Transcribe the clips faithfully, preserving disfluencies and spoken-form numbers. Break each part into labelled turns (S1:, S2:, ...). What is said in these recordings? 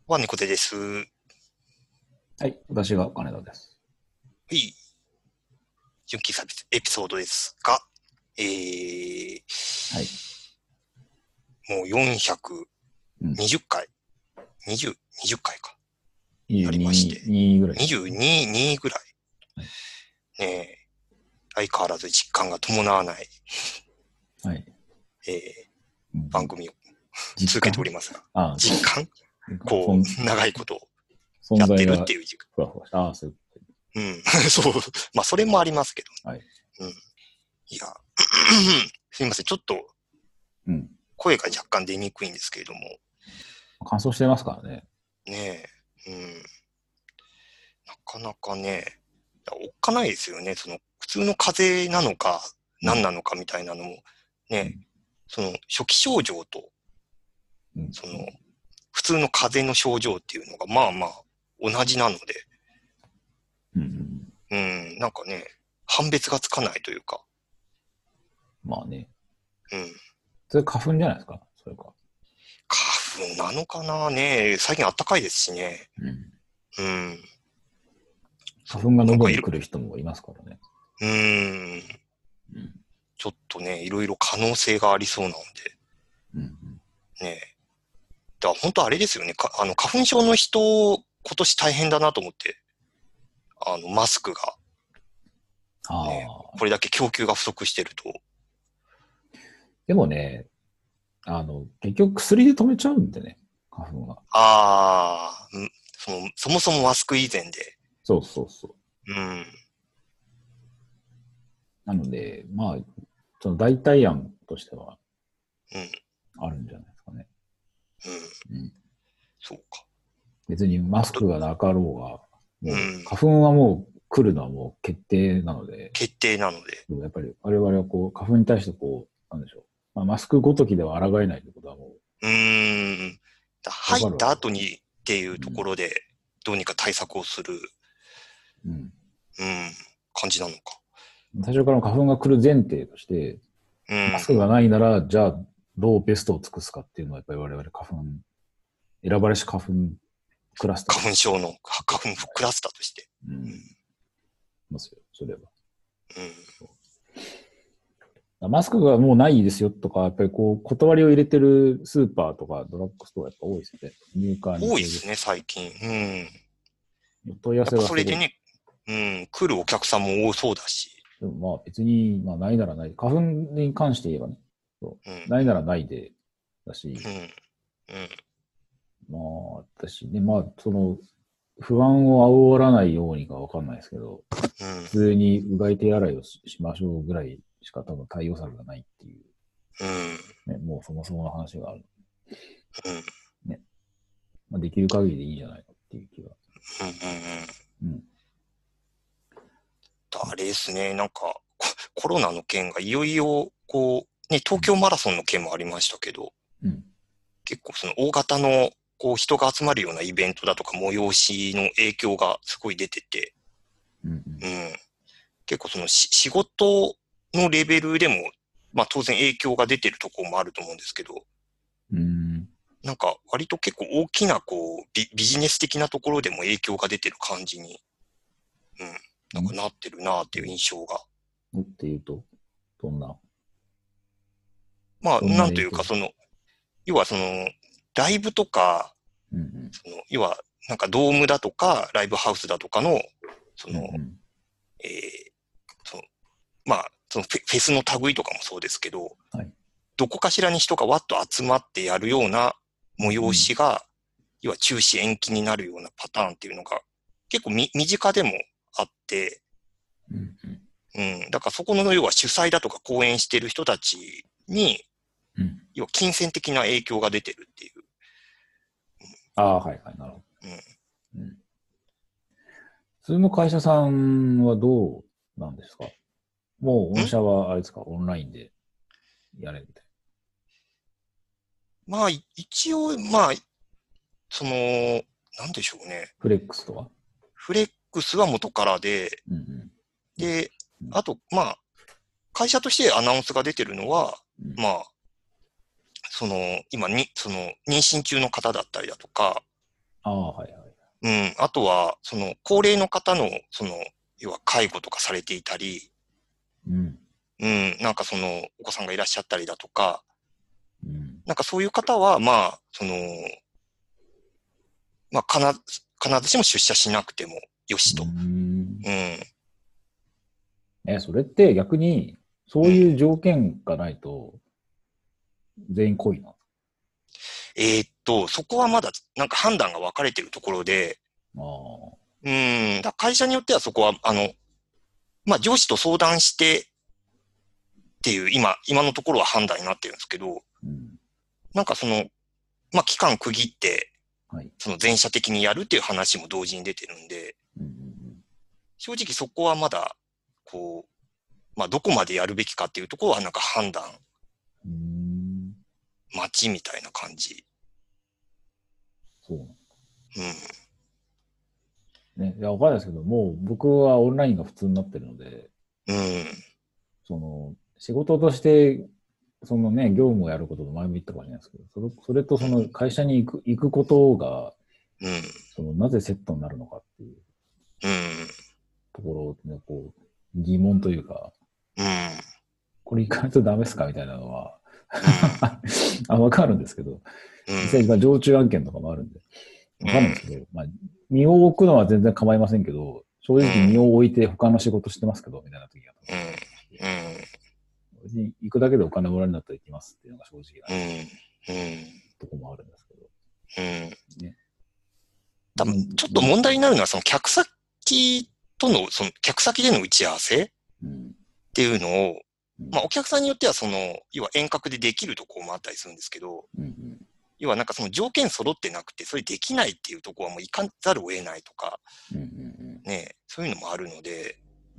S1: は猫背です。は
S2: はい、私が金田です。
S1: い。純喫茶エピソードですが、えー、
S2: はい。
S1: もうよんひゃくにじゅっ
S2: うん。
S1: かい、20、にじゅっかいか、やりまして、
S2: にじゅうに、にぐらいですね。
S1: にじゅうに、にぐらい、
S2: はい。
S1: ねえ、相変わらず実感が伴わない、
S2: はい。
S1: えー、
S2: うん、
S1: 番組を続けてお
S2: 実感
S1: りますが、
S2: ああ、
S1: 実感
S2: そん
S1: こう、長いことやってるっ
S2: 存在が
S1: ていう時間。
S2: ふわふわした。ああ、そういうこ
S1: うん。そう。まあ、それもありますけど。
S2: と。はい。
S1: うん。いや、すいません。ちょっと
S2: うん。
S1: 声が若干出にくいんですけれども、
S2: 乾燥してますからね。
S1: ねえ、うん。なかなかね、おっかないですよね。その、普通の風邪なのか、
S2: うん。
S1: 何なのかみたいなのも、ね、
S2: うん。
S1: その、初期症状と、
S2: うん。
S1: その、普通の風邪の症状っていうのが、まあまあ、同じなので、
S2: うん。うん。
S1: うん、なんかね、判別がつかないというか、
S2: まあね。
S1: うん。
S2: それ花粉じゃないですか。それか。
S1: 花粉なのかなね、最近暖かいですしね。
S2: うん。
S1: うん。そ
S2: 花粉が
S1: う、なんかいる、
S2: 喉に来る人もいますからね。
S1: うーん、
S2: うん。
S1: ちょっとね、いろいろ可能性がありそうなの
S2: うん。
S1: で、ね。だから本当あれですよね。かあの、花粉症の人、今年大変だなと思って、あの、マスクがね、
S2: ああ。
S1: これだけ供給が不足してると。
S2: でもね、あの、結局薬で止めちゃうんでね。花粉は。
S1: ああ、んその、そもそもマスク以前で。
S2: そうそうそう。
S1: うん、
S2: なので、まあ、その代替案としては
S1: うん、
S2: あるんじゃないですかね。
S1: うん、
S2: うん、
S1: そうか。
S2: 別にマス
S1: あと、
S2: クがなかろうが、もう
S1: うん、
S2: 花粉はもう来るのはもう決定なので、
S1: 決定なので。
S2: やっぱり我々はこう花粉に対してこう、なんでしょう。まあ、マスクごときでは抗えないということはも
S1: うーん、だ
S2: うわ
S1: 入った
S2: かるわけです。
S1: 後にっていうとこ
S2: うん。
S1: ろで、どうにか対策をする、
S2: うん。
S1: うん、感じなのか。
S2: 最初から花粉が来る前提として、
S1: うん、
S2: マスクがないなら、じゃあどうベストを尽くすかっていうのはやっぱり我々花粉、選ばれし花粉クラスター
S1: 花
S2: として、
S1: 粉症の、花粉クラスターとして。
S2: うん、ますよ、それは。
S1: うん、
S2: マスクがもうないですよとか、やっぱりこう、断りを入れてるスーパーとかドラッグストアやっぱ多いですよね。入荷に制限。
S1: 多いですね、最近。うん。
S2: お問い合わ
S1: やっぱ
S2: せがすごい。
S1: それでね、うん、来るお客さんも多そうだし。
S2: でもまあ別に、まあないならない。花粉に関して言えばね。そ
S1: うん、うん、
S2: うないならないで、だし、
S1: うん、
S2: まあ私ね、まあその、不安を煽らないようにかわかんないですけど、
S1: うん、
S2: 普通にうがい手洗いをしましょうぐらいしか多分対応策がないっていう、
S1: うん、
S2: ね、もうそもそもの話がある。
S1: うん、うん、
S2: ね。まあ、できる限りでいいんじゃないのっていう気が。
S1: うん、うん。
S2: うん。
S1: あれですね、なんか、ココロナの件がいよいよ、こう、ね、東京マラソンの件もありましたけど、
S2: うん。
S1: 結構その大型の、こう、人が集まるようなイベントだとか催しの影響がすごい出てて、
S2: うん。
S1: うん。結構そのし仕事のレベルでも、まあ当然影響が出てるところもあると思うんですけど、
S2: うん。
S1: なんか割と結構大きなこうビ、ビジネス的なところでも影響が出てる感じに、うん、なんか
S2: うん。
S1: なってるなっていう印象が。
S2: うん。っていうと、どんな、
S1: まあ、
S2: どんな
S1: なんというか、
S2: 影響。
S1: その、要はその、ライブとか、
S2: うん。
S1: その、要は、なんかドームだとか、ライブハウスだとかの、そ
S2: うん。う
S1: の、
S2: ん。
S1: えー、その、まあ、そのフェフェスの類とかもそうですけど、
S2: はい。
S1: どこかしらに人がわっと集まってやるような催
S2: うん。
S1: しが、要は中止延期になるようなパターンっていうのが、結構み身近でもあって、
S2: うん。うん。
S1: うん、だからそこの要は主催だとか講演してる人たちに、
S2: うん。
S1: 要は金銭的な影響が出てるっていう。
S2: ああ、はいはい、なるほ
S1: うん、
S2: ど。うん。普通の会社さんはどうなんですか？もう御
S1: ん
S2: 社はあれですか、オンラインでやれみたい
S1: まあ、一応、まあ、その、なんでしょうね。
S2: フレックスとは。
S1: フレックスは元からで、
S2: うん。うん。
S1: で、
S2: うん。
S1: あと、まあ、会社としてアナウンスが出てるのは、
S2: うん。
S1: まあ、その、今に、その、妊娠中の方だったりだとか、
S2: ああ、はいはい。
S1: うん。あとは、その、高齢の方の、その、要は介護とかされていたり、
S2: うん。
S1: うん。なんかその、お子さんがいらっしゃったりだとか、
S2: うん。
S1: なんかそういう方は、まあ、その、まあ、必ず、必ずしも出社しなくてもよし
S2: うー
S1: と。
S2: ん。
S1: うん。
S2: え、それって逆に、そういう条件がないと、全員来いな。
S1: えーっと、そこはまだなんか判断が分かれてるところで、
S2: ああ。
S1: うん、だ会社によってはそこは、あの、まあ、上司と相談してっていう、今、今のところは判断になってるんですけど、
S2: うん。
S1: なんかその、まあ、期間区切って、
S2: はい。
S1: その全社的にやるっていう話も同時に出てるんで、
S2: うんうん
S1: 正直そこはまだ、こう、まあ、どこまでやるべきかっていうところはなんか判断、
S2: うん。うーん。
S1: 待ちみたいな感じ。
S2: そうなん
S1: うん。
S2: ね。いや、わかんないですけど、もう僕はオンラインが普通になってるので、
S1: うん。
S2: その、仕事として、そのね、業務をやることも前も言ったかもしれないですけど、それそれとその会社に行く、行くことが、
S1: うん。
S2: その、なぜセットになるのかっていう
S1: うん。
S2: ところをね、こう、疑問というか、
S1: うん。
S2: これ行かないとダメですかみたいなのは
S1: うん。
S2: あ、わかるんですけど、実際、まあ、常駐案件とかもあるんで、わかるんですけど、まあ、身を置くのは全然構いませんけど、正直身を置いて他の仕事してますけど、みたいな時が。
S1: うん。うん。
S2: 別に行くだけでお金もらえるんだったら行きますっていうのが正直な
S1: うん。うん。
S2: とこもあるんですけど。
S1: うん。
S2: ね。
S1: 多分、ちょっと問題になるのは、その客先との、その客先での打ち合わせっ
S2: うん。
S1: ていうのを、
S2: うん。
S1: まあ、お客さんによっては、その、要は遠隔でできるところもあったりするんですけど、
S2: うん。
S1: 要はなんかその条件揃ってなくて、それできないっていうところはもう行かざるを得ないとか、
S2: うん。うん。
S1: ね、そういうのもあるので、
S2: うん。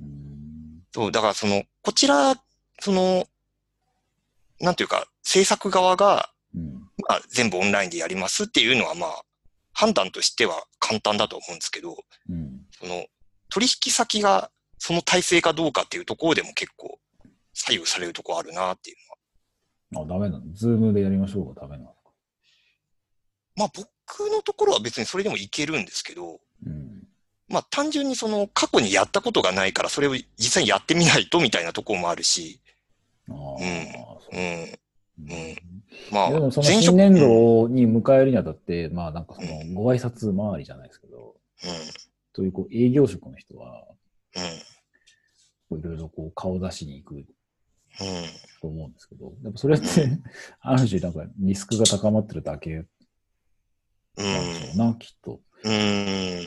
S1: そう、だからその、こちら、その、なんていうか、制作側が、
S2: うん。
S1: まあ、全部オンラインでやりますっていうのは、まあ、判断としては簡単だと思うんですけど、
S2: うん。
S1: その、取引先がその体制かどうかっていうところでも結構左右されるところあるなっていうのは。
S2: あ、ダメなの。ズームでやりましょうがダメなのか。
S1: まあ僕のところは別にそれでもいけるんですけど、
S2: うん。
S1: まあ単純にその過去にやったことがないからそれを実際にやってみないとみたいなところもあるし、
S2: ああ、
S1: うん、
S2: そう。
S1: うん、
S2: うん。
S1: うん。
S2: い
S1: まあ
S2: やでもその
S1: 前職、
S2: 新年
S1: うん、うん、
S2: 度に迎えるにあたって、まあなんかそのご挨拶回りじゃないですけど、そういうこう営業職の人は、
S1: うん、
S2: いろいろこう顔出しに行く
S1: うん、
S2: と思うんですけど、でもそれっ
S1: うん、
S2: て、ある種なんかリスクが高まってるだけ
S1: う
S2: なんでしょうな、きっと。
S1: ん、うん、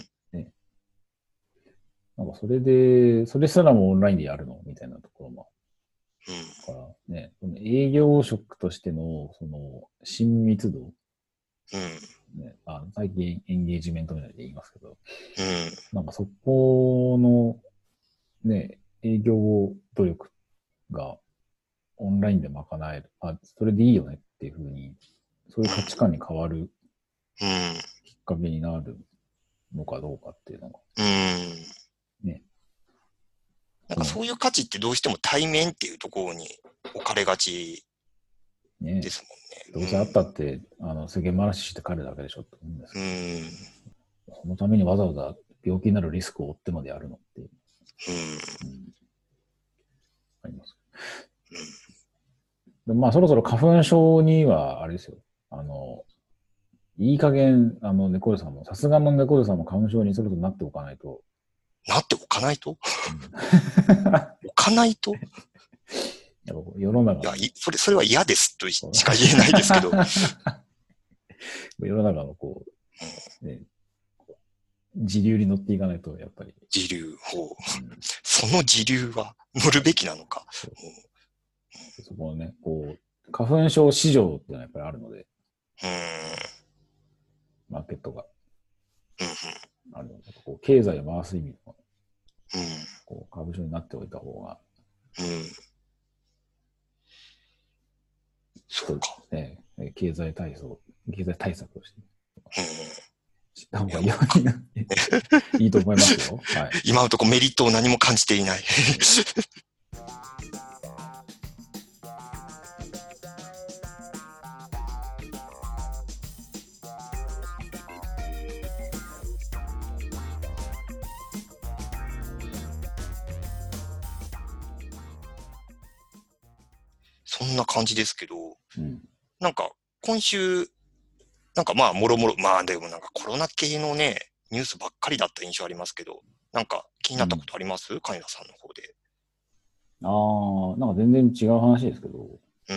S2: ね。なんかそれで、それすらもオンラインでやるのみたいなところもあるからね、その営業職としてのその親密度、ね、あ最近エンゲージメントみたいで言いますけど、
S1: うん、
S2: なんかそこのね、営業努力がオンラインで賄える。あ、それでいいよねっていうふうに、そういう価値観に変わる
S1: うん、
S2: きっかけになるのかどうかっていうのが、
S1: うん。
S2: ね。
S1: なんかそういう価値ってどうしても対面っていうところに置かれがち
S2: ね。
S1: ですもんね。
S2: どうせあったって、あの、世間話して帰るだけでしょって思うんですけ
S1: うん、
S2: ど、そのためにわざわざ病気になるリスクを負ってまでやるのっていう、
S1: うん、
S2: うん、あります。でまあ、そろそろ花粉症には、あれですよ。あの、いい加減、あの、猫背さんも、さすがの猫背さんも花粉症にそろそろなっておかないと。
S1: なっておかないと
S2: うん、
S1: 置かないと
S2: やっぱ世の中
S1: いや、
S2: の、
S1: いそれ、それは嫌ですとしか言えないですけど。
S2: 世の中のこう、ね、時流に乗っていかないと、やっぱり。
S1: 時流法。
S2: うん、
S1: その時流は乗るべきなのか。
S2: そうそこのね、こう、花粉症市場っていうのはやっぱりあるので、
S1: うん。
S2: マーケットが
S1: うん。
S2: あるので、こう経済を回す意味でも、
S1: うん。
S2: こう、花粉症になっておいた方が、
S1: うん。そうか。
S2: ね、経済対策、経済対策をして、
S1: うん。
S2: した方がいいいいと思いますよ。はい。
S1: 今のところメリットを何も感じていない。 そんな感じですけど、
S2: うん。
S1: なんか今週、なんかまあもろもろ、まあでもなんかコロナ系のね、ニュースばっかりだった印象ありますけど、なんか気になったことあります？金田さんの方で。
S2: ああ、なんか全然違う話ですけど、
S1: うん。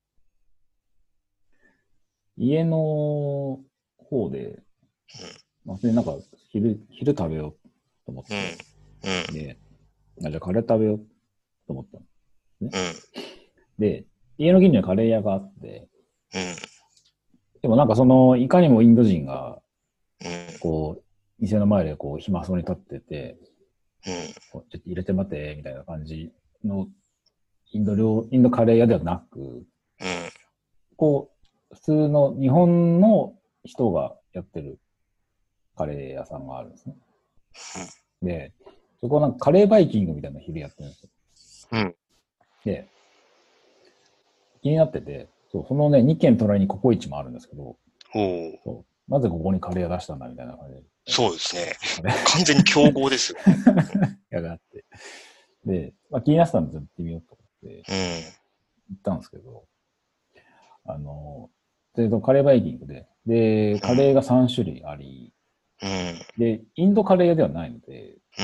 S2: 家の方で、まあ、それでなんか昼、昼食べようと思っ
S1: うん。
S2: て、
S1: うん。
S2: で、あじゃあカレー食べようと思ったのね。
S1: うん。
S2: で、家の近所にカレー屋があって、
S1: うん。
S2: でもなんかその、いかにもインド人が、
S1: うん。
S2: こう、店の前でこう、暇そうに立ってて、
S1: うん。
S2: こうちょっと入れて待て、みたいな感じの、インド料、インドカレー屋ではなく、
S1: うん。
S2: こう、普通の日本の人がやってるカレー屋さんがあるんですね。で、そこはなんかカレーバイキングみたいなの昼やってるんですよ。
S1: うん。
S2: で、気になってて、そう、そのね、に軒隣にココイチもあるんですけど、
S1: おー。
S2: そうなぜここにカレー屋出したんだみたいな感じで。
S1: そうですね。
S2: カレ
S1: 完全に競合ですよね。
S2: ー屋があって。で、まあ、気になってたんですよ。行ってみようと思って
S1: うん。
S2: 行ったんですけど、あの、で、カレーバイキングで、で、カレーがさん種類あり、
S1: うん。
S2: で、インドカレー屋ではないので、
S1: うん。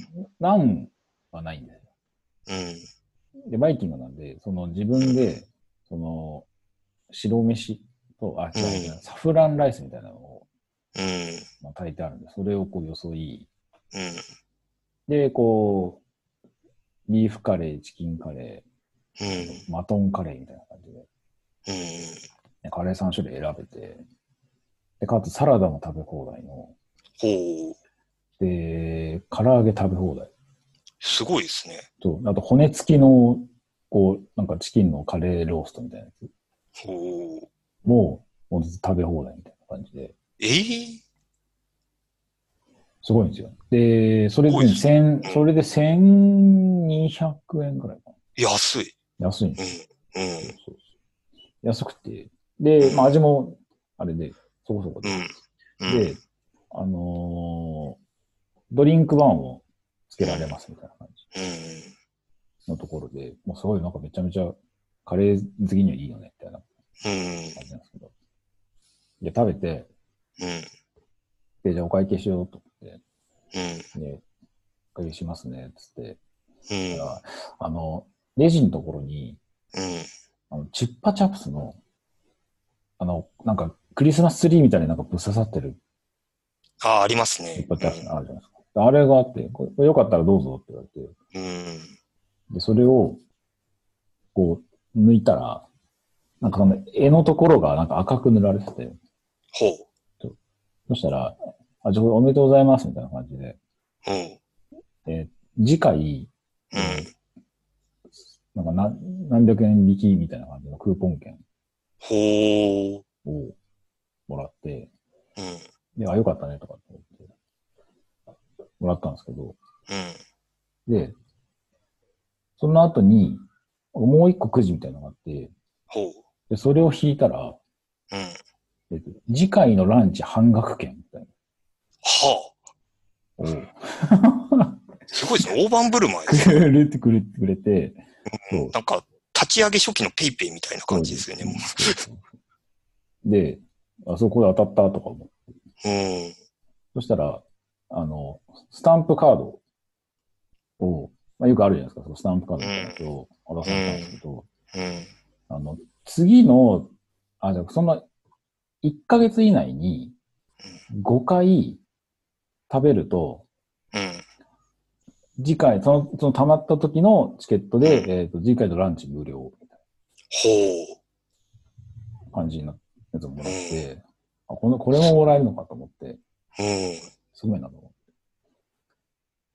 S2: ナンはないんですよ。
S1: うん。
S2: で、バイキングなんで、その自分で、その、白飯と、あ、
S1: うん。
S2: 違う違う、サフランライスみたいなのを、
S1: うん。
S2: まあ、炊いてあるんで、それをこう、よそい、
S1: うん。
S2: で、こう、ビーフカレー、チキンカレ
S1: うん。
S2: ー、あとマトンカレーみたいな感じで、
S1: うん。
S2: でカレーさん種類選べて、で、かつサラダも食べ放題の、
S1: ほう。
S2: で、唐揚げ食べ放題。
S1: すごいですね。
S2: と、あと骨付きの、こう、なんかチキンのカレーローストみたいなやつ
S1: ほう。
S2: も、もう食べ放題みたいな感じで、
S1: ええー、
S2: すごいんですよ。で、それで、
S1: すごいですね。
S2: 千、それでせんにひゃくえんくらいか
S1: うん。安い。
S2: な。安いんで
S1: うん。
S2: すよ。
S1: うん。
S2: そうそうそう。安くて。で、まあ味も、あれで、そこそこで。
S1: うん。うん。
S2: で、あのードリンクバーもつけられますみたいな感じ
S1: うん。
S2: のところで、もうすごいなんかめちゃめちゃカレー好きにはいいよね、みたいな
S1: うん。
S2: 感じなんですけど。で、食べて、
S1: うん。
S2: で、じゃあお会計しようと思って、
S1: うん。
S2: で、お会計しますね、つって。
S1: うん。
S2: だから、あの、レジのところに、
S1: うん。
S2: あの、チッパチャプスの、あの、なんか、クリスマスツリーみたいになんかぶっ刺さってる
S1: ああ、あります
S2: チッ
S1: ね。
S2: パチャプスあるじゃないですか。あれがあって、これこれよかったらどうぞって言われて、
S1: うん。うん。
S2: で、それを、こう、抜いたら、なんかその絵のところがなんか赤く塗られてて、
S1: ほ
S2: そしたら、あ、じゃあこれおめでとうございますみたいな感じで、
S1: う。うん。
S2: えー次回、
S1: うん。
S2: えーなんか何何百円引きみたいな感じのクーポン券
S1: ほう。
S2: をもらって、
S1: うん。
S2: で、あ、よかったねとかって思って、もらったんですけど、
S1: うん。
S2: で、その後に、もう一個くじみたいなのがあって、
S1: ほう。
S2: で、それを引いたら、
S1: うん。
S2: えっと、次回のランチ半額券みたいな。
S1: はあ。
S2: おう
S1: すごいですね。大盤振る舞いで
S2: く
S1: すね。
S2: れてくれてくれて、
S1: うん。
S2: そう、
S1: なんか、立ち上げ初期のペイペイみたいな
S2: そうで
S1: 感じですよね、も
S2: す。そうそうで、あそこで当たったとか思う。
S1: う。うん。
S2: そしたら、あの、スタンプカードを、まあ、よくあるじゃないですか、そのスタンプカードみたいなやつを渡
S1: う
S2: されたんですけ
S1: ん。
S2: ど、
S1: うん。
S2: あの、次の、あ、じゃあそのいっかげつ以内にごかい食べると、
S1: うん。
S2: 次回、その、その溜まった時のチケットで、
S1: うん。
S2: えっと、次回のランチ無料みたい
S1: ほ
S2: な感じのやつをも
S1: う。う
S2: らっ
S1: ん。
S2: て、あ、この、これももらえるのかと思って、
S1: うん。
S2: すごいなと思って。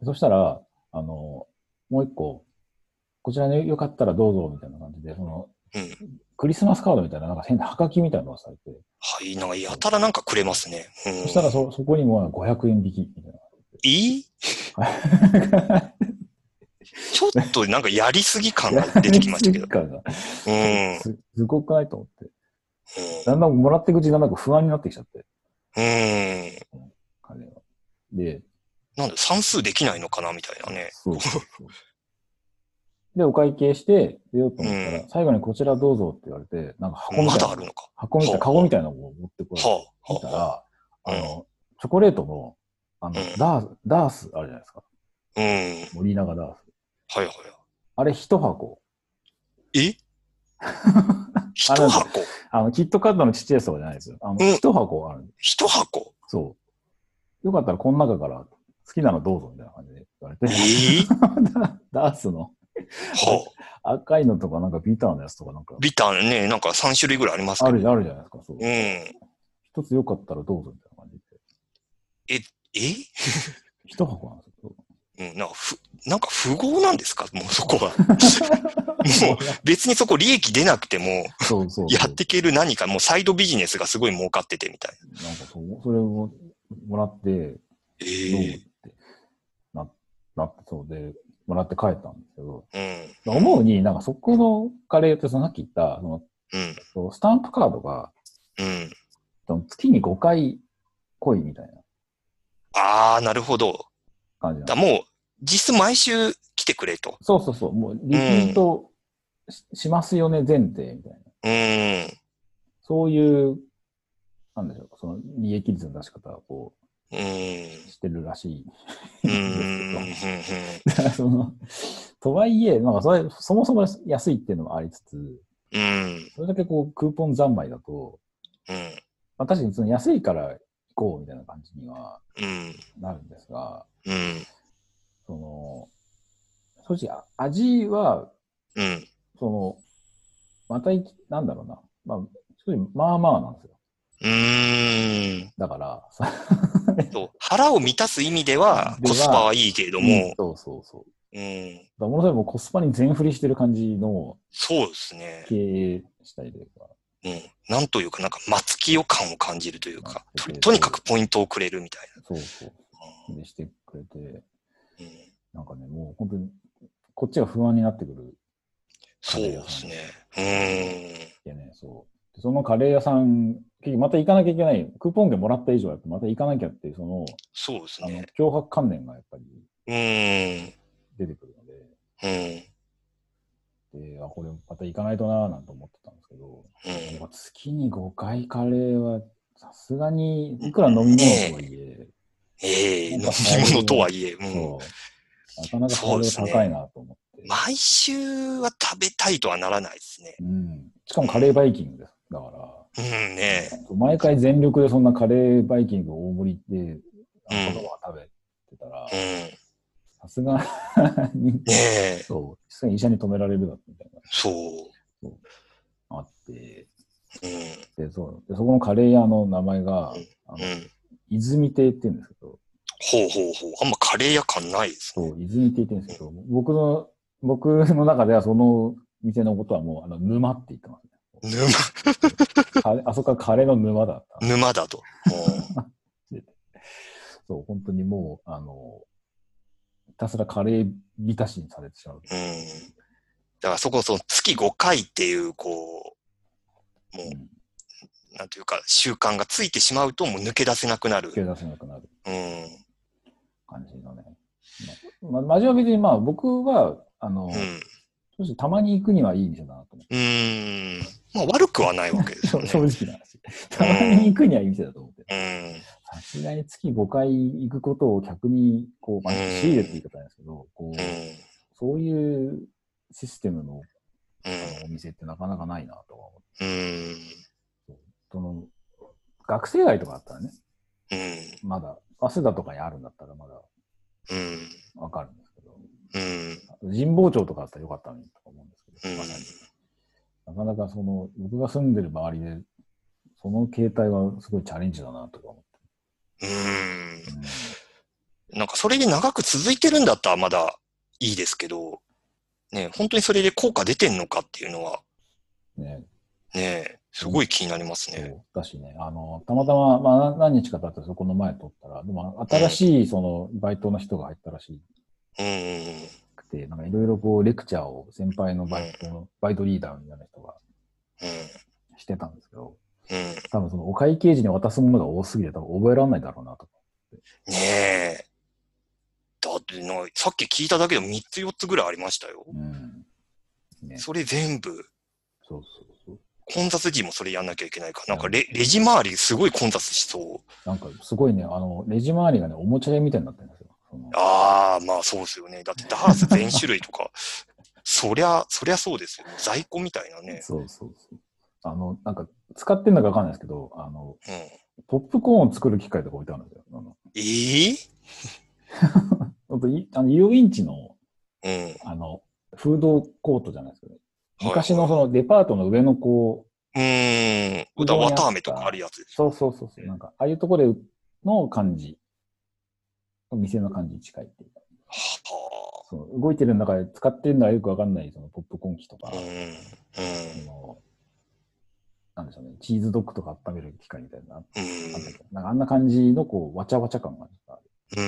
S2: そしたら、あの、もう一個、こちらでよかったらどうぞ、みたいな感じで、その、
S1: うん。
S2: クリスマスカードみたいな、なんか変なハガキみたいなのがされて、
S1: はい。なんか、やたらなんかくれますね。うん。
S2: そしたらそ、そこにもごひゃくえん引き、みたいな。
S1: いいちょっとなんかやりすぎ感が出てきましたけど。
S2: 感が
S1: うん。
S2: す、すごくないと思って。だん
S1: う
S2: だんもらっていくうちになんか不安になってきちゃって、
S1: ん。うん。
S2: 彼は。で、
S1: なんで算数できないのかなみたいなね。
S2: そうそうそう。 で、お会計して出ようと思ったら、
S1: うん。
S2: 最後にこちらどうぞって言われて、なんか箱み
S1: ま
S2: たいなの、
S1: だあるのか。
S2: 箱みたいな、
S1: は
S2: カゴみたいなのを持ってこら
S1: あ、
S2: れて、
S1: はあ、は
S2: 見たら、
S1: あ、はあ。
S2: あの、チョコレートの、あ
S1: うん。
S2: の、ダース、ダースあるじゃないですか。
S1: うん。うん。
S2: 森永ダース。
S1: はいはい。
S2: あれ一箱。
S1: え
S2: あ、なんですよ。
S1: 一箱。
S2: あの、キットカットのちっちゃいやつとかじゃないですよ。あの、
S1: うん。
S2: 一箱あるんで。
S1: 一箱。
S2: そう。よかったらこの中から好きなのどうぞみたいな感じで言われて。
S1: ええ
S2: ダースの
S1: はあ。
S2: あ赤いのとかなんかビターのやつとかなんか
S1: ビターね、なんかさん種類ぐらいありますけど。
S2: あるじゃあるじゃないですか。そう。
S1: うん。え、
S2: 一つよかったらどうぞみたいな感じで。
S1: え
S2: 一箱なんですよ。
S1: うん、なんかふ、なんか富豪なんですかもうそこは。もう
S2: いや
S1: 別にそこ利益出なくても、
S2: そうそうそう。
S1: やっていける何か、もうサイドビジネスがすごい儲かっててみたい
S2: なんかそう、それをもらって、
S1: な。
S2: どう
S1: ええ
S2: ってななってそうで、もらって帰ったんですけど、
S1: うん。
S2: 思うに、なんかそこのカレーってそのさっき言った、そ
S1: うん。
S2: のスタンプカードが
S1: うん。
S2: その月にごかい来いみたいな
S1: ああ、なるほど。
S2: 感じなんですよ。
S1: だもう、実質毎週来てくれと。
S2: そうそうそう。もう
S1: う
S2: リピー
S1: ん。
S2: トししますよね前提みたいな。
S1: うん。
S2: そういう、なんでしょう、その利益率の出し方をこ
S1: うん。
S2: うしてるらし
S1: う
S2: いんですけど。
S1: ん。
S2: だからその、とはいえ、なんかそれ、そもそも安いっていうのもありつつ、
S1: うん。
S2: それだけこう、クーポン三昧だと、
S1: うん。
S2: まあ、確かにその安いから行こうみたいな感じには
S1: うん。
S2: なるんですが、
S1: うん。
S2: その、正直、味は、
S1: うん。
S2: その、またいき、なんだろうな。まあ、正直、まあまあなんですよ。
S1: うーん。
S2: だから、
S1: そう。腹を満たす意味ではコスパ
S2: では、
S1: はいいけれど
S2: いい、
S1: も、
S2: そうそうそう。
S1: うん。
S2: だからものすごいもうコスパに全振りしてる感じの
S1: そうですね。
S2: 経営したりというか、
S1: うん。なんというか、なんか松木予感を感じるという
S2: なっ
S1: か、と、
S2: てて、
S1: とにか
S2: そ
S1: くポイントをくれるみたい
S2: う、そうそう。で、してくれて、
S1: な。うん。
S2: なんかね、もう本当に、こっちが不安になってくるカ
S1: そう
S2: レー屋さん
S1: ですね。
S2: でね、そう。でそのカレー屋さん、結局また行かなきゃいけない。クーポン券もらった以上やって、また行かなきゃっていう、その、
S1: そうです
S2: あの、
S1: ね。
S2: 脅迫観念がやっぱり
S1: うーん。
S2: 出てくるので、
S1: うん。
S2: で、あ、これまた行かないとなぁなんて思ってたんですけど、
S1: うん。
S2: やっぱ月にごかいカレーは、さすがに、いくら飲み物とはい
S1: ね
S2: え、
S1: え。ええ、飲
S2: なんかハー
S1: み物
S2: ドルが、
S1: とはいえ、うん。
S2: そう、なかなかハー
S1: そう
S2: ドル
S1: ですね。
S2: 高いなと思って。
S1: 毎週は食べたいとはならないですね。
S2: うん。しかもカレーバイキングです。だから、
S1: うん。うんね
S2: 毎回全力でそんなカレーバイキング大盛りで、あの、
S1: え。
S2: バカバカ食べてたら、
S1: うん。うん。
S2: さすがに、
S1: ねえ。
S2: そう、さすがに医者に止められるだみたいな、
S1: そう。
S2: そう、あって、
S1: うん。
S2: で、そう、で、そこのカレー屋の名前が、あの、
S1: うん。うん。
S2: 泉亭って言うんですけど、
S1: ほうほうほう。あんまカレー屋感ないですね。
S2: そう、泉亭って言うんですけど、僕の、僕の中ではその店のことはもう、あの、沼って言ってますね。カレーあそこはカレーの沼だった
S1: 沼、沼だと。
S2: でそう、本当にもう、あの、ひたすらカレー浸しにされてしまう。
S1: うん。うん。だからそこその月ごかいっていう、こう、もう、
S2: うん
S1: なんていうか、習慣がついてしまうともう抜け出せなくなる。
S2: 抜け出せなくなる
S1: うん。
S2: 感じのね。まあ、ま、味は別にまあ僕は、あの、
S1: うん。
S2: 少したまに行くにはいい店だなと思っ
S1: うーん。まあ悪くはないわけで
S2: て。
S1: すよね。
S2: 正直な話。たまに行くにはいい店だと思って。
S1: うん。
S2: さすがに月ごかい行くことを客に、こう、まあ、仕入れって言い方なんですけど、こう、
S1: うん。
S2: そういうシステムの
S1: うん。
S2: あのお店ってなかなかないなとは思って。
S1: うん。
S2: その、学生街とかあったらね、
S1: うん。
S2: まだ、早稲田とかにあるんだったらまだ
S1: うん。
S2: わかるんですけど、
S1: うん。
S2: 神保町とかあったらよかったのにとか思うんですけど、
S1: うん。
S2: まさに。なかなかその、僕が住んでる周りで、その形態はすごいチャレンジだなとか思って。
S1: うん。
S2: うん、
S1: なんかそれで長く続いてるんだったらまだいいですけど、ね、本当にそれで効果出てんのかっていうのは、
S2: ね、
S1: ね、すごい気になりますね。
S2: そうだしね、あの、たまたま、まあ何日か経ってそこの前撮ったら、でも新しいそのバイトの人が入ったらし
S1: うん。
S2: くて、なんかいろいろこうレクチャーを先輩のバイトの、バイトリーダーみたいな人がしてたんですけど、
S1: うん。うん。
S2: 多分そのお会計時に渡すものが多すぎて多分覚えられないだろうなと。
S1: ねえ。だってな、さっき聞いただけでみっつよっつぐらいありましたよ。
S2: うん。 ね。
S1: それ全部。
S2: そうそうそう。
S1: 混雑時もそれやんなきゃいけないから、なんかレレジ周りすごい混雑しそう。
S2: なんかすごいね、あの、レジ周りがね、おもちゃ屋みたいになってるんですよ。その
S1: ああ、まあそうですよね。だってダース全種類とか、そりゃ、そりゃそうですよ。在庫みたいなね。
S2: そうそうそう。あの、なんか、使ってんのかわかんないですけど、あの、
S1: うん。
S2: ポップコーンを作る機械とか置いてあるんですよ。あの、
S1: ええ
S2: ほんといあの、遊園地の、
S1: うん。
S2: あの、フードコートじゃないですかね。
S1: はい
S2: 昔のそ
S1: は
S2: のデパートの上のこ
S1: い。うーん。
S2: う、
S1: だ
S2: 上にあっ
S1: 綿あめとかある
S2: た、
S1: やつです
S2: そう
S1: よね。
S2: そうそうそう、
S1: うん
S2: なんか、ああいうところでの感じ、店の感じに近いっていうか、
S1: は
S2: その動いてる中で使ってるのはよくわかんない、そのポップコーン機と
S1: あ。
S2: か、
S1: うん。うん。
S2: その、なんでしょうね、チーズドッグとか温める機械みたいな、あっ
S1: うん。
S2: たけど、なんかあんな感じのこう、わちゃわちゃ感がある。
S1: うん。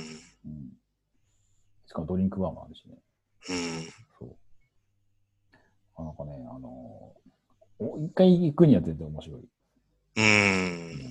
S2: うん。しかもドリンクバーもあるしね。
S1: うん。
S2: そう。なんかね、あのー、一回行くには全然面白い。
S1: うん。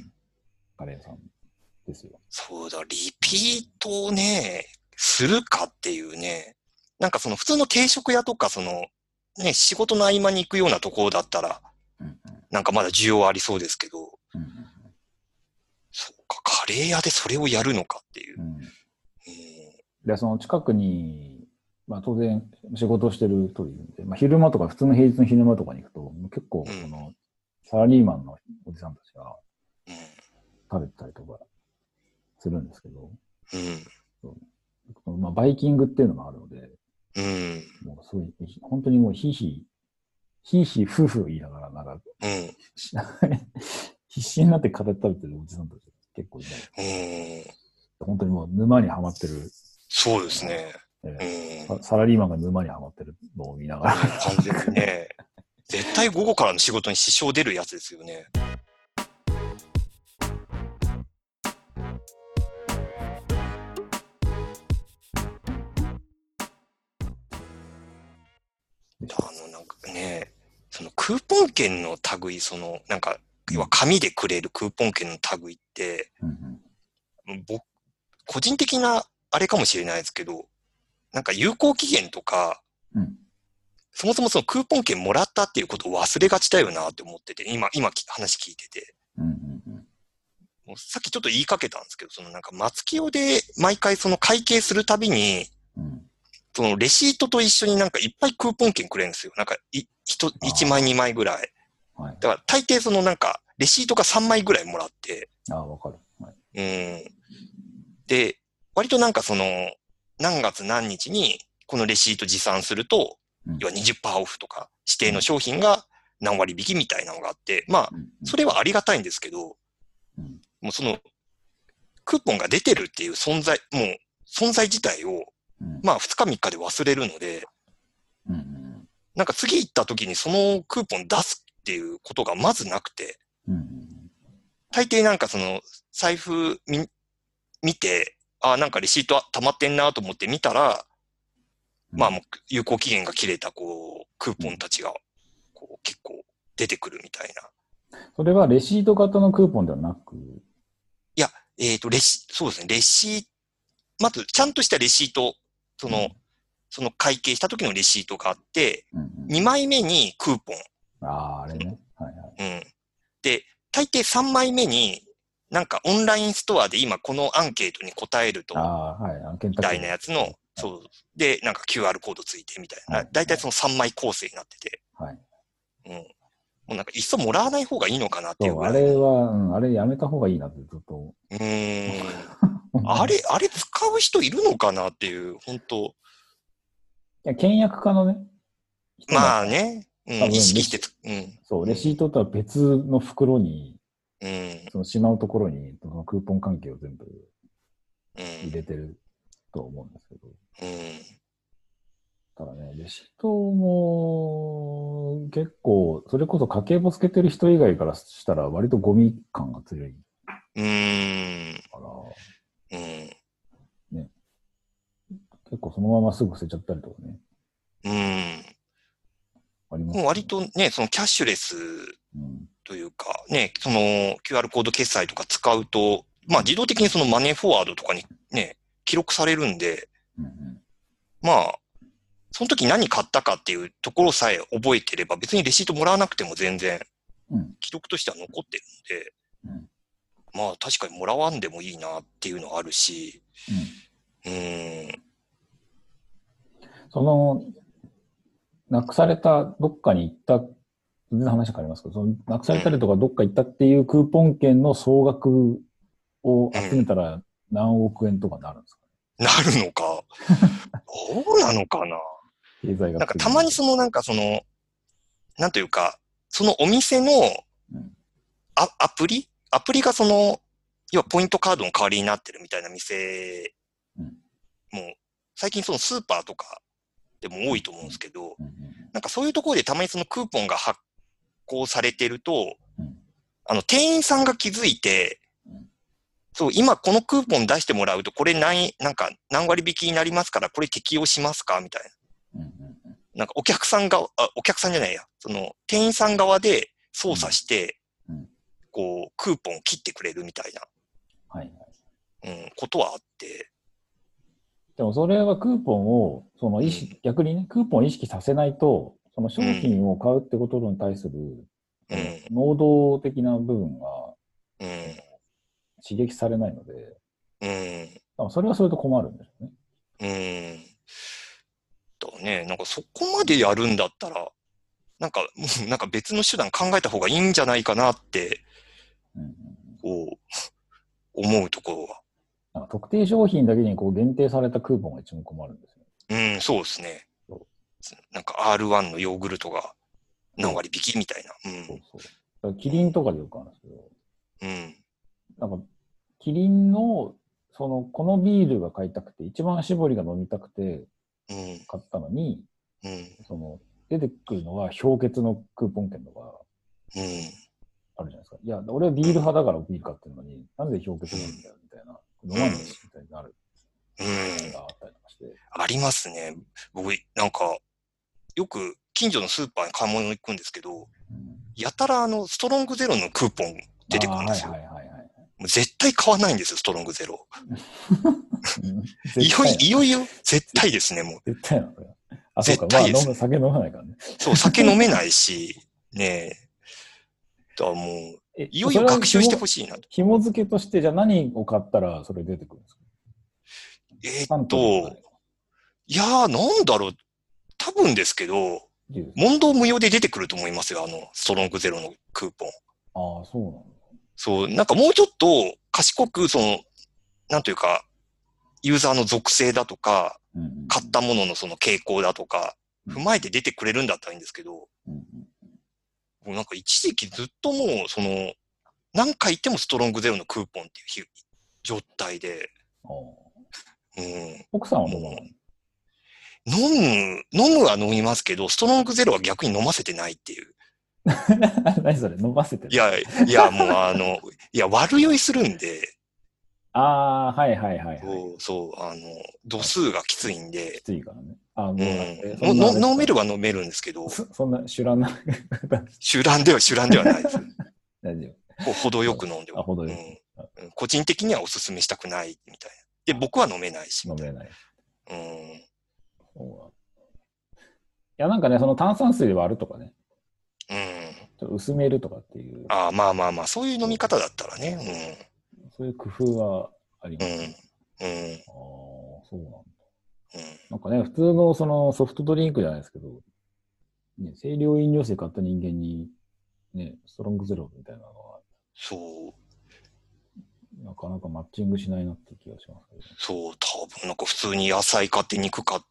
S2: カレー屋さんですよ。
S1: そうだ、リピートをね、するかっていうね。なんかその普通の定食屋とか、その、ね、仕事の合間に行くようなところだったら、
S2: うんうん
S1: なんかまだ需要ありそうですけど、
S2: うん
S1: そうか、カレー屋でそれをやるのかっていう。
S2: うんうん。
S1: うん、
S2: で、その近くに、まあ当然仕事をしてる人いるんで、まあ昼間とか普通の平日の昼間とかに行くと、結構その、サラリーマンのおじさんたちが食べてたりとかするんですけど、
S1: うん、
S2: そうまあバイキングっていうのもあるので、
S1: うん、
S2: もうすごい、本当にもうひいひい、ひいひい夫婦言いながら、なんか、
S1: うん、
S2: 必死になって語って食べてるおじさんたち結構いない。
S1: うん。
S2: 本当にもう沼にはまってる。
S1: そうですね。
S2: えー
S1: うん。
S2: サラリーマンが沼にはまってるのを見ながら。
S1: 完全にね。絶対午後からの仕事に支障出るやつですよね。あの、なんかね、そのクーポン券の類、その、なんか、要は紙でくれるクーポン券の類って、
S2: うんうん、
S1: 僕、個人的なあれかもしれないですけど、なんか有効期限とか、
S2: うん、
S1: そもそもそのクーポン券もらったっていうことを忘れがちだよなって思ってて、今、今話聞いてて。
S2: うんうんうん、
S1: もうさっきちょっと言いかけたんですけど、そのなんか松清で毎回その会計するたびに、
S2: うん、
S1: そのレシートと一緒になんかいっぱいクーポン券くれるんですよ。なんかい、いちまいにまいぐらい。
S2: はい。
S1: だから大抵そのなんかレシートがさんまいぐらいもらって。
S2: ああ、わかる。はい。
S1: うん。で、割となんかその何月何日にこのレシート持参すると、
S2: うん、
S1: 要は にじゅっパーセント オフとか指定の商品が何割引きみたいなのがあって、まあ、それはありがたいんですけど、
S2: うん、
S1: もうそのクーポンが出てるっていう存在、もう存在自体を、
S2: うん、
S1: まあふつかみっかで忘れるので、
S2: うんうん、
S1: なんか次行った時にそのクーポン出すっていうことがまずなくて、
S2: うん、
S1: 大抵なんかその財布見、見て、あ、なんかレシート溜まってんなと思って見たら、
S2: うん、
S1: まあもう有効期限が切れたこう、クーポンたちがこう結構出てくるみたいな。
S2: それはレシート型のクーポンではなく、
S1: いや、えっと、レシ、そうですね、レシート、まずちゃんとしたレシート、その、うん、その会計した時のレシートがあって、うんうん、にまいめにクーポン。
S2: ああ、あれね。はいはい。
S1: うん。で、大抵さんまいめに、なんかオンラインストアで今このアンケートに答えると、
S2: あはい、
S1: みたいなやつの、はい、そう。で、なんか キューアール コードついてみたいな。はい、大体そのさんまい構成になってて。はい。うん。もうなんかいっそもらわない方がいいのかなっていうぐらい。
S2: あれは、うん、あれやめた方がいいなってずっと。
S1: うーん。あれ、あれ使う人いるのかなっていう、本当い
S2: や、倹約家のね。
S1: まあね。うん、意識して、
S2: うん。そう、レシートとは別の袋に、うん。そのしまうところに、そのクーポン関係を全部入れてると思うんですけど。うん。ただね、レシートも結構、それこそ家計簿つけてる人以外からしたら割とゴミ感が強い。う
S1: ーん。
S2: から、
S1: うん。
S2: ね。結構そのまますぐ捨てちゃったりとかね。
S1: うん。ありますね。もう割とね、そのキャッシュレスというか、ね、その キューアール コード決済とか使うと、まあ自動的にそのマネーフォワードとかにね、記録されるんで、うんうん、まあ、 その時何買ったかっていうところさえ覚えてれば、別にレシートもらわなくても全然、記録としては残ってるので、うん、まあ確かにもらわんでもいいなっていうのはあるし、うん。うーん。
S2: その、なくされた、どっかに行った、全然話変わりますけど、その、なくされたりとかどっか行ったっていうクーポン券の総額を集めたら何億円とかなるんですか、
S1: うん、なるのか。どうなのかな。
S2: 経済学
S1: なんかたまにそのなんかその、なんというか、そのお店のア、アプリアプリがその、要はポイントカードの代わりになってるみたいな店も、最近そのスーパーとかでも多いと思うんですけど、なんかそういうところでたまにそのクーポンが発行されてると、あの、店員さんが気づいて、そう、今このクーポン出してもらうと、これ何、なんか何割引きになりますから、これ適用しますかみたいな。なんかお客さんが、あ、お客さんじゃないや、その店員さん側で操作して、こう、クーポンを切ってくれるみたいな、はいはい、うん、ことはあって。
S2: でもそれはクーポンを、その意識、うん、逆にね、クーポンを意識させないと、その商品を買うってことに対する、うん、能動的な部分が、うん、刺激されないので、うん、それはそれと困るんですよね。
S1: うん。だね、なんかそこまでやるんだったら、なんか、なんか別の手段考えた方がいいんじゃないかなって、うん、こう、思うところは。
S2: なんか特定商品だけにこう限定されたクーポンが一番困るんですよ。
S1: うん、そうですね。なんか アールワン のヨーグルトが何割引きみたいな。うん。そう
S2: そう。キリンとかでよくあるんですけど。うん。なんか、キリンの、その、このビールが買いたくて、一番搾りが飲みたくて、買ったのに、うん。その、出てくるのは氷結のクーポン券とか、うん。あるじゃないですか。いや、俺はビール派だからビール買ってるのに、なんで氷結なんだよ、みたいな。飲まんねえし、みたいになる。うん。
S1: あったりとかして。ありますね。僕、なんか、よく近所のスーパーに買い物行くんですけど、うん、やたらあの、ストロングゼロのクーポン出てくるんですよ。はいはいはいはい、もう絶対買わないんですよ、ストロングゼロ。いよいよいよ、絶対ですね、もう。
S2: 絶対なのよ。あ、そうか、絶対です、ね。まあ、酒飲まないからね。
S1: そう、酒飲めないし、ねえ。だからもう、いよいよ学習してほしいなと。
S2: 紐付けとして、じゃあ何を買ったらそれ出てくるんですか？
S1: えー、っと、いやー、なんだろう。多分ですけど、問答無用で出てくると思いますよ、あの、ストロングゼロのクーポン。
S2: ああ、そうなんだ。
S1: そう、なんかもうちょっと賢く、その、なんというか、ユーザーの属性だとか、うんうん、買ったもののその傾向だとか、踏まえて出てくれるんだったらいいんですけど、うんうん、もうなんか一時期ずっともう、その、何回言ってもストロングゼロのクーポンっていう状態で、
S2: うん、奥さんはどうなの？
S1: 飲む、飲むは飲みますけど、ストロングゼロは逆に飲ませてないっていう。
S2: 何それ飲ませてない？
S1: いや、いや、もうあの、いや、悪酔いするんで。
S2: ああ、はいはいはい、はい。
S1: そう、そう、あの、度数がきついんで。
S2: きついからね。あもう、
S1: うん、の飲めるは飲めるんですけど。
S2: そ, そんな酒乱な。
S1: 酒乱では酒乱ではないです。
S2: 大丈夫。
S1: こう程よく飲んでも。
S2: あ、程よく、
S1: うん。個人的にはおすすめしたくないみたいな。で、僕は飲めないし。
S2: 飲めない。
S1: うん。
S2: いや、なんかね、その炭酸水で割るとかね。
S1: うん。
S2: ちょっと薄めるとかっていう。
S1: ああ、まあまあまあ、そういう飲み方だったらね。
S2: うん。そういう工夫はありますね。
S1: うん。うん。
S2: ああ、そうなんだ。うん。なんかね、普通のそのソフトドリンクじゃないですけど、ね、清涼飲料水買った人間に、ね、ストロングゼロみたいなのは。
S1: そう。
S2: なかなかマッチングしないなって気がしますけど、ね。
S1: そう、多分なんか普通に野菜買って肉買って、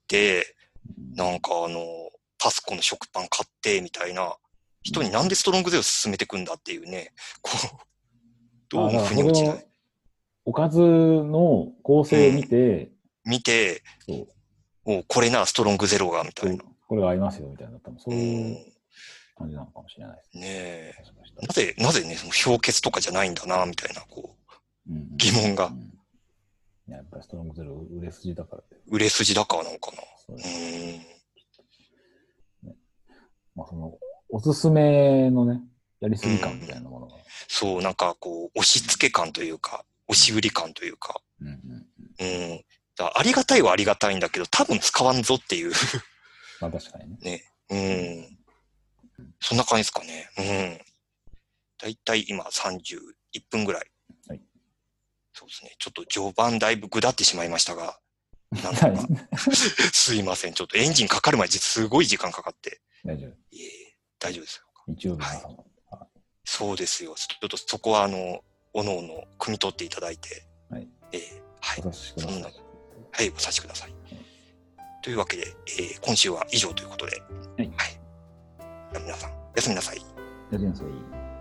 S1: うん、なんかあの、パスコの食パン買ってみたいな人になんでストロングゼロ進めてくんだっていうね、こう、どうも腑に落ちない。
S2: おかずの構成を見て、
S1: うん、見て、そうおこれならストロングゼロがみたいな。
S2: これが合いますよみたいな、多分そういう感じなのかもしれないです
S1: ね。ねえ。なぜ、なぜね、その氷結とかじゃないんだな、みたいな、こう、うんうん、疑問が。うん
S2: やっぱりストロングゼロ売れ筋だから。
S1: 売れ筋だからなのかな。う
S2: ーん。ね、まあその、おすすめのね、やりすぎ感みたいなものが。
S1: そう、なんかこう、押し付け感というか、押し売り感というか。うんうんうん。うん。だありがたいはありがたいんだけど、多分使わんぞっていう。
S2: まあ確かにね。
S1: ね。うん。そんな感じですかね。うん。だいたい今さんじゅういっぷんぐらい。
S2: はい。
S1: そうですね。ちょっと序盤だいぶぐだってしまいましたが、なんとか。すいません。ちょっとエンジンかかる前、すごい時間かかって。
S2: 大丈夫。
S1: いえ、大丈夫ですよ。
S2: 日曜日の朝も、
S1: はい。そうですよ。ちょっとそこは、あの、おのおの、汲み取っていただいて。
S2: はい。
S1: えー、はい。
S2: お察しください。
S1: はい、お察しください。はい、というわけで、えー、今週は以上ということで。
S2: はい。
S1: はい。皆さん、おやすみなさい。
S2: おやすみなさい。